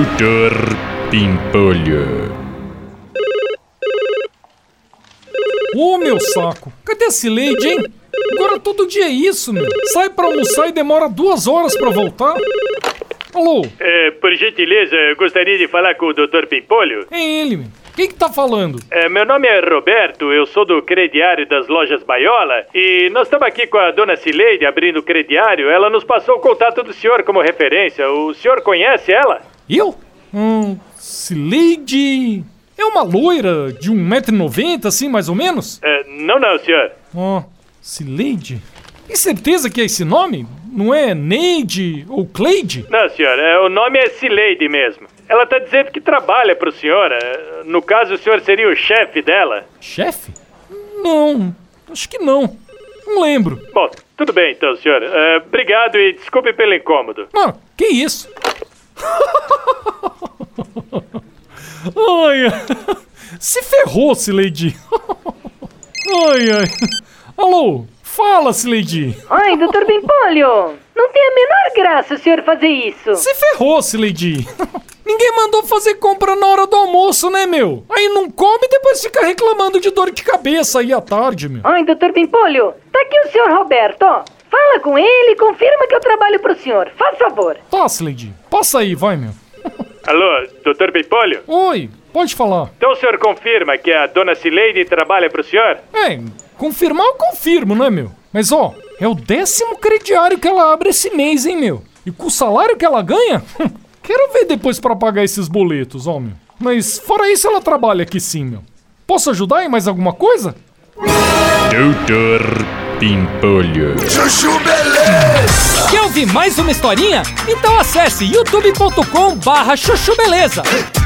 Doutor Pimpolho. Ô, meu saco, cadê a Cileide, hein? Agora todo dia é isso, meu. Sai pra almoçar e demora 2 horas pra voltar. Alô? Por gentileza, eu gostaria de falar com o Dr. Pimpolho. É ele, meu. Quem que tá falando? Meu nome é Roberto, eu sou do crediário das lojas Baiola e nós estamos aqui com a dona Cileide abrindo o crediário. Ela nos passou o contato do senhor como referência. O senhor conhece ela? Eu? Cileide... É uma loira de 1,90 m, assim, mais ou menos? Não, senhor. Cileide? Tem certeza que é esse nome? Não é Neide ou Cleide? Não, senhor, o nome é Cileide mesmo. Ela tá dizendo que trabalha pro senhor. No caso, o senhor seria o chefe dela. Chefe? Não, acho que não. Não lembro. Bom, tudo bem então, senhor. Obrigado e desculpe pelo incômodo. Que isso? Ai, se ferrou, Cileide. Ai. Alô, fala, Cileide. Ai, Dr. Pimpolho, não tem a menor graça o senhor fazer isso. Se ferrou, Cileide. Ninguém mandou fazer compra na hora do almoço, né, meu? Aí não come e depois fica reclamando de dor de cabeça aí à tarde, meu. Ai, Dr. Pimpolho, tá aqui o senhor Roberto, ó. Fala com ele e confirma que eu trabalho pro senhor. Faz favor. Tá, Cileide. Passa aí, vai, meu. Alô, Dr. Pimpolho? Oi, pode falar. Então o senhor confirma que a dona Cileide trabalha pro senhor? Confirmar eu confirmo, né, meu? Mas, ó, é o 10º crediário que ela abre esse mês, hein, meu? E com o salário que ela ganha... Quero ver depois pra pagar esses boletos, ó, meu. Mas fora isso, ela trabalha aqui sim, meu. Posso ajudar em mais alguma coisa? Doutor Pimpolho. Chuchu Beleza! Quer ouvir mais uma historinha? Então acesse youtube.com/chuchubeleza.